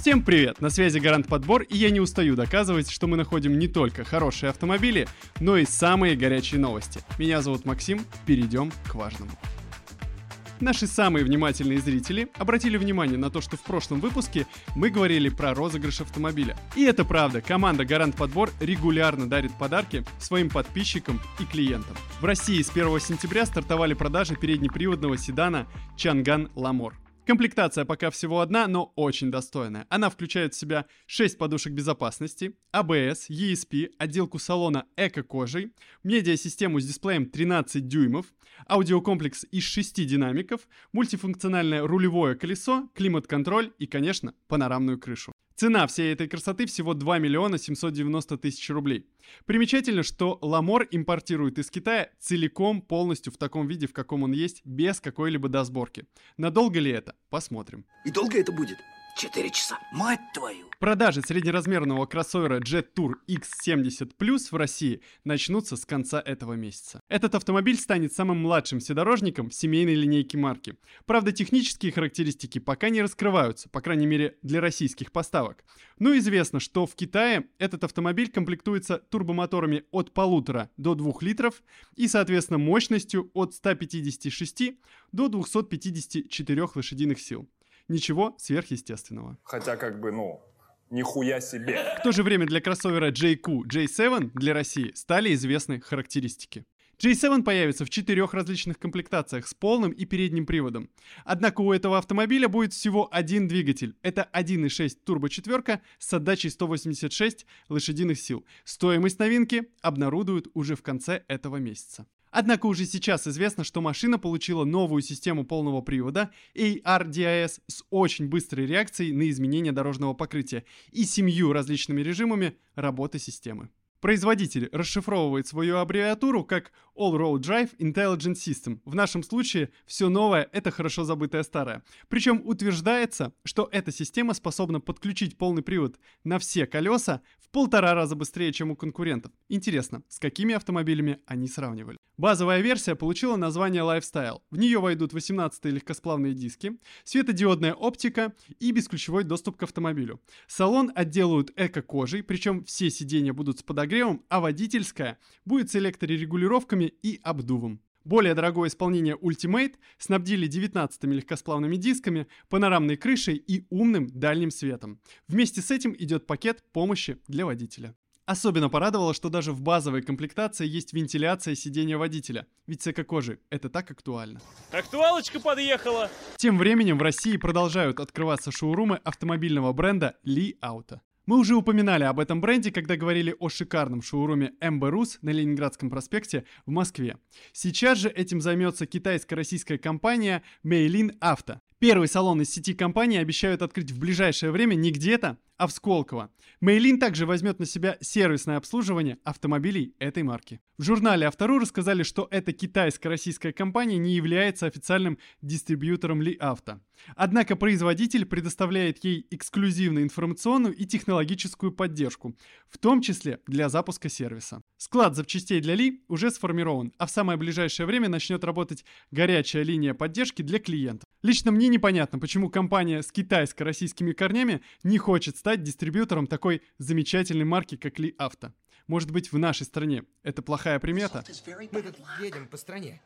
Всем привет! На связи Гарант Подбор, и я не устаю доказывать, что мы находим не только хорошие автомобили, но и самые горячие новости. Меня зовут Максим, перейдем к важному. Наши самые внимательные зрители обратили внимание на то, что в прошлом выпуске мы говорили про розыгрыш автомобиля. И это правда, команда Гарант Подбор регулярно дарит подарки своим подписчикам и клиентам. В России с 1 сентября стартовали продажи переднеприводного седана Чанган Lamor. Комплектация пока всего одна, но очень достойная. Она включает в себя 6 подушек безопасности, ABS, ESP, отделку салона эко-кожей, медиасистему с дисплеем 13 дюймов, аудиокомплекс из 6 динамиков, мультифункциональное рулевое колесо, климат-контроль и, конечно, панорамную крышу. Цена всей этой красоты всего 2 миллиона 790 тысяч рублей. Примечательно, что Lamor импортирует из Китая целиком, полностью в таком виде, в каком он есть, без какой-либо досборки. Надолго ли это? Посмотрим. И долго это будет? 4 часа. Мать твою! Продажи среднеразмерного кроссовера Jet Tour X70 Plus в России начнутся с конца этого месяца. Этот автомобиль станет самым младшим вседорожником в семейной линейке марки. Правда, технические характеристики пока не раскрываются, по крайней мере для российских поставок. Но известно, что в Китае этот автомобиль комплектуется турбомоторами от 1,5 до 2 литров и, соответственно, мощностью от 156 до 254 лошадиных сил. Ничего сверхъестественного. Хотя нихуя себе. В то же время для кроссовера JQ J7 для России стали известны характеристики. J7 появится в 4 различных комплектациях с полным и передним приводом. Однако у этого автомобиля будет всего один двигатель. Это 1.6 турбо-четверка с отдачей 186 лошадиных сил. Стоимость новинки обнародуют уже в конце этого месяца. Однако уже сейчас известно, что машина получила новую систему полного привода ARDIS с очень быстрой реакцией на изменения дорожного покрытия и 7 различными режимами работы системы. Производитель расшифровывает свою аббревиатуру как All-Road Drive Intelligent System. В нашем случае все новое — это хорошо забытое старое. Причем утверждается, что эта система способна подключить полный привод на все колеса в 1,5 раза быстрее, чем у конкурентов. Интересно, с какими автомобилями они сравнивали? Базовая версия получила название Lifestyle. В нее войдут 18-е легкосплавные диски, светодиодная оптика и бесключевой доступ к автомобилю. Салон отделают эко-кожей, причем все сиденья будут с подогревом, а водительская будет с электрорегулировками и обдувом. Более дорогое исполнение Ultimate снабдили 19-ми легкосплавными дисками, панорамной крышей и умным дальним светом. Вместе с этим идет пакет помощи для водителя. Особенно порадовало, что даже в базовой комплектации есть вентиляция сидения водителя. Ведь с эко-кожей это так актуально. Актуалочка подъехала! Тем временем в России продолжают открываться шоурумы автомобильного бренда Li Auto. Мы уже упоминали об этом бренде, когда говорили о шикарном шоуруме MB Rus на Ленинградском проспекте в Москве. Сейчас же этим займется китайско-российская компания Meilin Auto. Первый салон из сети компании обещают открыть в ближайшее время не где-то, а в Сколково. Meilin также возьмет на себя сервисное обслуживание автомобилей этой марки. В журнале Автору рассказали, что эта китайско-российская компания не является официальным дистрибьютором Li Auto. Однако производитель предоставляет ей эксклюзивную информационную и технологическую поддержку, в том числе для запуска сервиса. Склад запчастей для Li уже сформирован, а в самое ближайшее время начнет работать горячая линия поддержки для клиентов. Лично мне непонятно, почему компания с китайско-российскими корнями не хочет стать дистрибьютором такой замечательной марки, как Li Auto. Может быть, в нашей стране это плохая примета? Мы тут едем по стране.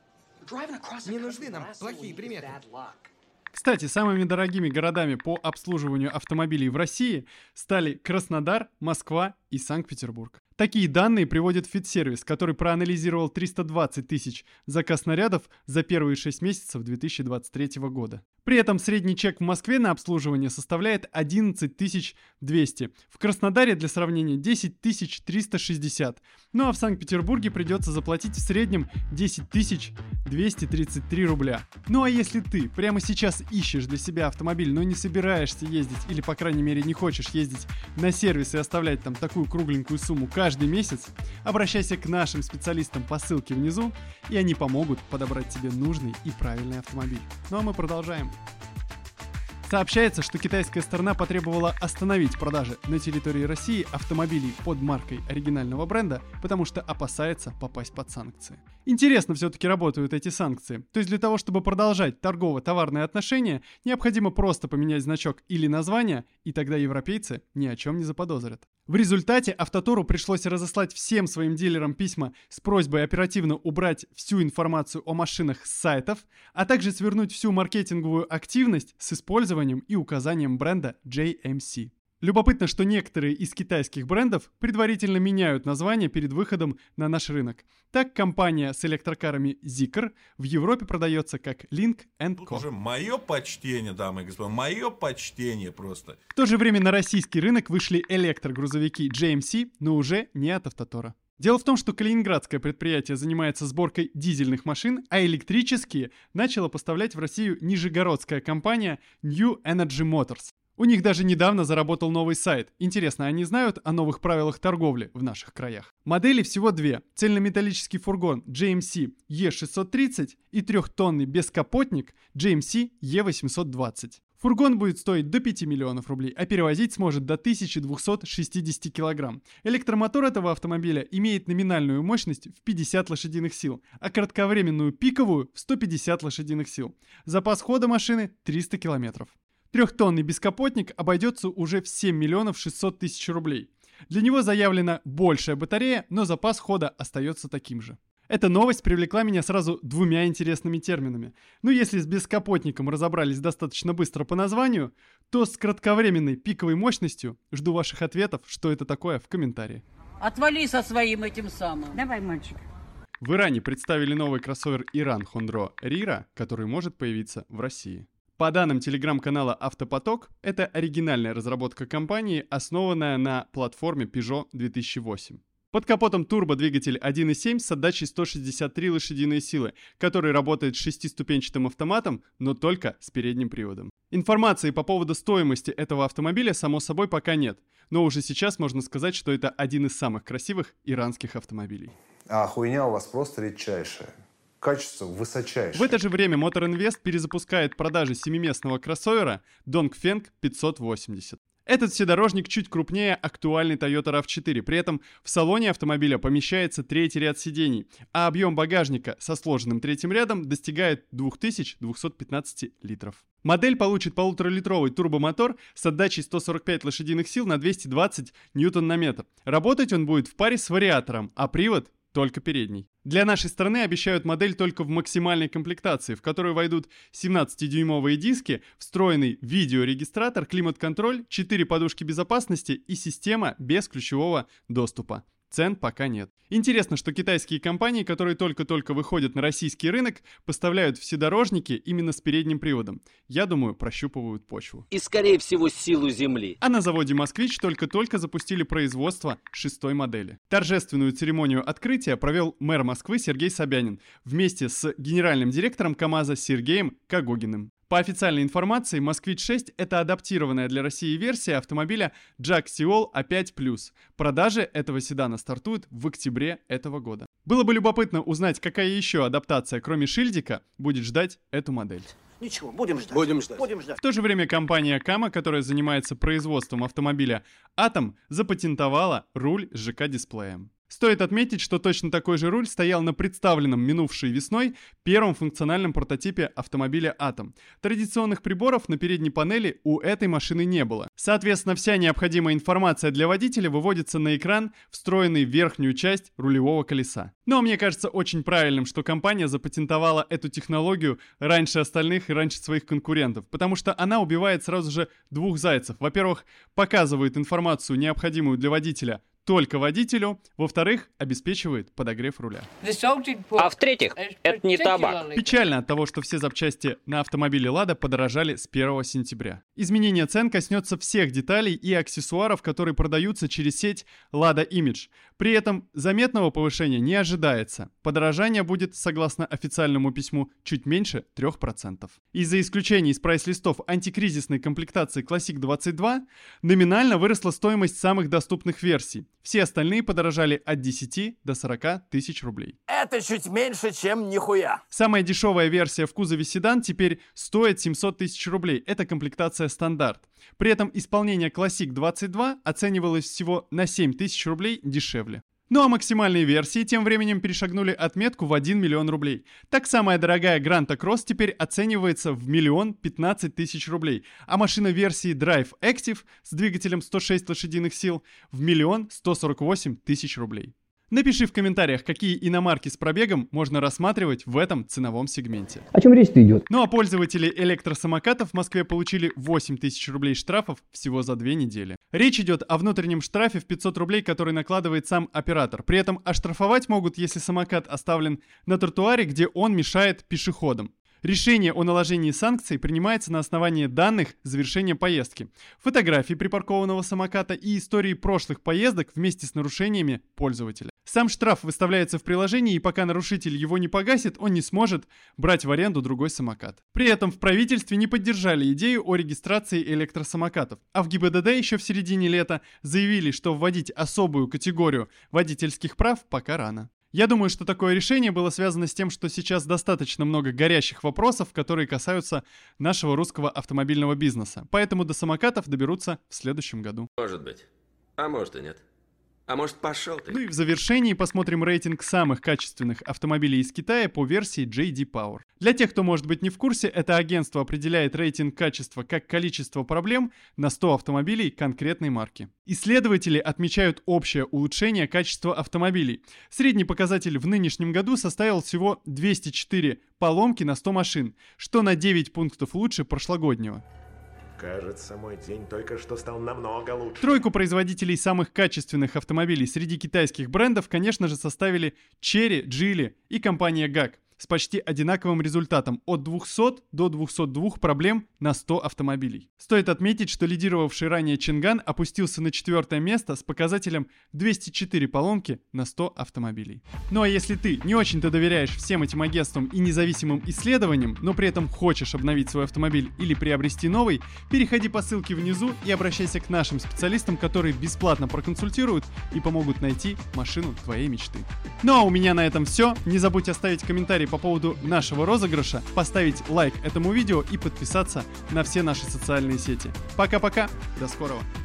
Не нужны нам плохие приметы. Кстати, самыми дорогими городами по обслуживанию автомобилей в России стали Краснодар, Москва и Санкт-Петербург. Такие данные приводит Фитсервис, который проанализировал 320 тысяч заказ снарядов за первые 6 месяцев 2023 года. При этом средний чек в Москве на обслуживание составляет 11 200. В Краснодаре, для сравнения, 10 360. Ну а в Санкт-Петербурге придется заплатить в среднем 10 233 рубля. Ну а если ты прямо сейчас ищешь для себя автомобиль, но не собираешься ездить или, по крайней мере, не хочешь ездить на сервис и оставлять там такую кругленькую сумму каждый месяц, обращайся к нашим специалистам по ссылке внизу, и они помогут подобрать тебе нужный и правильный автомобиль. Ну а мы продолжаем. Сообщается, что китайская сторона потребовала остановить продажи на территории России автомобилей под маркой оригинального бренда, потому что опасается попасть под санкции. Интересно все-таки работают эти санкции. То есть для того, чтобы продолжать торгово-товарные отношения, необходимо просто поменять значок или название, и тогда европейцы ни о чем не заподозрят. В результате Автотору пришлось разослать всем своим дилерам письма с просьбой оперативно убрать всю информацию о машинах с сайтов, а также свернуть всю маркетинговую активность с использованием и указанием бренда JMC. Любопытно, что некоторые из китайских брендов предварительно меняют название перед выходом на наш рынок. Так, компания с электрокарами Zeekr в Европе продается как Link & Тут Co. уже мое почтение, дамы и господа, мое почтение просто. В то же время на российский рынок вышли электрогрузовики JMC, но уже не от Автотора. Дело в том, что калининградское предприятие занимается сборкой дизельных машин, а электрические начала поставлять в Россию нижегородская компания New Energy Motors. У них даже недавно заработал новый сайт. Интересно, они знают о новых правилах торговли в наших краях? Моделей всего две. Цельнометаллический фургон GMC E630 и трехтонный бескапотник GMC E820. Фургон будет стоить до 5 миллионов рублей, а перевозить сможет до 1260 килограмм. Электромотор этого автомобиля имеет номинальную мощность в 50 лошадиных сил, а кратковременную пиковую в 150 лошадиных сил. Запас хода машины 300 километров. Трехтонный бескапотник обойдется уже в 7 миллионов 600 тысяч рублей. Для него заявлена большая батарея, но запас хода остается таким же. Эта новость привлекла меня сразу двумя интересными терминами. Ну, если с бескапотником разобрались достаточно быстро по названию, то с кратковременной пиковой мощностью жду ваших ответов, что это такое, в комментарии. Отвали со своим этим самым. Давай, мальчик. В Иране представили новый кроссовер Iran Hondro Rira, который может появиться в России. По данным телеграм-канала «Автопоток», это оригинальная разработка компании, основанная на платформе Peugeot 2008. Под капотом турбодвигатель 1.7 с отдачей 163 лошадиные силы, который работает с шестиступенчатым автоматом, но только с передним приводом. Информации по поводу стоимости этого автомобиля, само собой, пока нет, но уже сейчас можно сказать, что это один из самых красивых иранских автомобилей. А хуйня у вас просто редчайшая. Качество высочайшее. В это же время Motor Invest перезапускает продажи семиместного кроссовера Dongfeng 580. Этот вседорожник чуть крупнее актуальной Toyota RAV4, при этом в салоне автомобиля помещается третий ряд сидений, а объем багажника со сложенным третьим рядом достигает 2215 литров. Модель получит 1,5-литровый турбомотор с отдачей 145 лошадиных сил на 220 ньютон-на-метр. Работать он будет в паре с вариатором, а привод только передний. Для нашей страны обещают модель только в максимальной комплектации, в которую войдут 17-дюймовые диски, встроенный видеорегистратор, климат-контроль, 4 подушки безопасности и система без ключевого доступа. Цен пока нет. Интересно, что китайские компании, которые только-только выходят на российский рынок, поставляют вседорожники именно с передним приводом. Я думаю, прощупывают почву. И, скорее всего, силу Земли. А на заводе «Москвич» только-только запустили производство 6-й модели. Торжественную церемонию открытия провел мэр Москвы Сергей Собянин вместе с генеральным директором КамАЗа Сергеем Когогиным. По официальной информации, «Москвич-6» — это адаптированная для России версия автомобиля Jack Seol A5+. Продажи этого седана стартуют в октябре этого года. Было бы любопытно узнать, какая еще адаптация, кроме шильдика, будет ждать эту модель. Ничего, будем ждать. Будем ждать. В то же время компания Kama, которая занимается производством автомобиля Atom, запатентовала руль с ЖК-дисплеем. Стоит отметить, что точно такой же руль стоял на представленном минувшей весной первом функциональном прототипе автомобиля Atom. Традиционных приборов на передней панели у этой машины не было. Соответственно, вся необходимая информация для водителя выводится на экран, встроенный в верхнюю часть рулевого колеса. Но мне кажется очень правильным, что компания запатентовала эту технологию раньше остальных и раньше своих конкурентов, потому что она убивает сразу же двух зайцев. Во-первых, показывает информацию, необходимую для водителя, только водителю, во-вторых, обеспечивает подогрев руля. А в-третьих, это не табак. Печально от того, что все запчасти на автомобиле «Лада» подорожали с 1 сентября. Изменение цен коснется всех деталей и аксессуаров, которые продаются через сеть «Лада Имидж». При этом заметного повышения не ожидается. Подорожание будет, согласно официальному письму, чуть меньше 3%. Из-за исключения из прайс-листов антикризисной комплектации Classic 22 номинально выросла стоимость самых доступных версий. Все остальные подорожали от 10 до 40 тысяч рублей. Это чуть меньше, чем нихуя. Самая дешевая версия в кузове седан теперь стоит 700 тысяч рублей. Это комплектация стандарт. При этом исполнение Classic 22 оценивалось всего на 7 тысяч рублей дешевле. Ну а максимальные версии тем временем перешагнули отметку в 1 миллион рублей. Так самая дорогая Гранта Кросс теперь оценивается в 1 015 000 рублей, а машина версии Drive Active с двигателем 106 лошадиных сил в 1 148 000 рублей. Напиши в комментариях, какие иномарки с пробегом можно рассматривать в этом ценовом сегменте. О чем речь-то идет? Ну а пользователи электросамокатов в Москве получили 8 тысяч рублей штрафов всего за 2 недели. Речь идет о внутреннем штрафе в 500 рублей, который накладывает сам оператор. При этом оштрафовать могут, если самокат оставлен на тротуаре, где он мешает пешеходам. Решение о наложении санкций принимается на основании данных завершения поездки, фотографий припаркованного самоката и истории прошлых поездок вместе с нарушениями пользователя. Сам штраф выставляется в приложении, и пока нарушитель его не погасит, он не сможет брать в аренду другой самокат. При этом в правительстве не поддержали идею о регистрации электросамокатов, а в ГИБДД еще в середине лета заявили, что вводить особую категорию водительских прав пока рано. Я думаю, что такое решение было связано с тем, что сейчас достаточно много горящих вопросов, которые касаются нашего русского автомобильного бизнеса. Поэтому до самокатов доберутся в следующем году. Может быть. А может и нет. А может, пошел ты. Ну и в завершении посмотрим рейтинг самых качественных автомобилей из Китая по версии JD Power. Для тех, кто может быть не в курсе, это агентство определяет рейтинг качества как количество проблем на 100 автомобилей конкретной марки. Исследователи отмечают общее улучшение качества автомобилей. Средний показатель в нынешнем году составил всего 204 поломки на 100 машин, что на 9 пунктов лучше прошлогоднего. Кажется, мой день только что стал намного лучше. Тройку производителей самых качественных автомобилей среди китайских брендов, конечно же, составили Chery, Geely и компания GAC с почти одинаковым результатом от 200 до 202 проблем на 100 автомобилей. Стоит отметить, что лидировавший ранее Чинган опустился на 4-е место с показателем 204 поломки на 100 автомобилей. Ну а если ты не очень-то доверяешь всем этим агентствам и независимым исследованиям, но при этом хочешь обновить свой автомобиль или приобрести новый, переходи по ссылке внизу и обращайся к нашим специалистам, которые бесплатно проконсультируют и помогут найти машину твоей мечты. Ну а у меня на этом все. Не забудь оставить комментарий по поводу нашего розыгрыша, поставить лайк этому видео и подписаться на все наши социальные сети. Пока-пока, до скорого!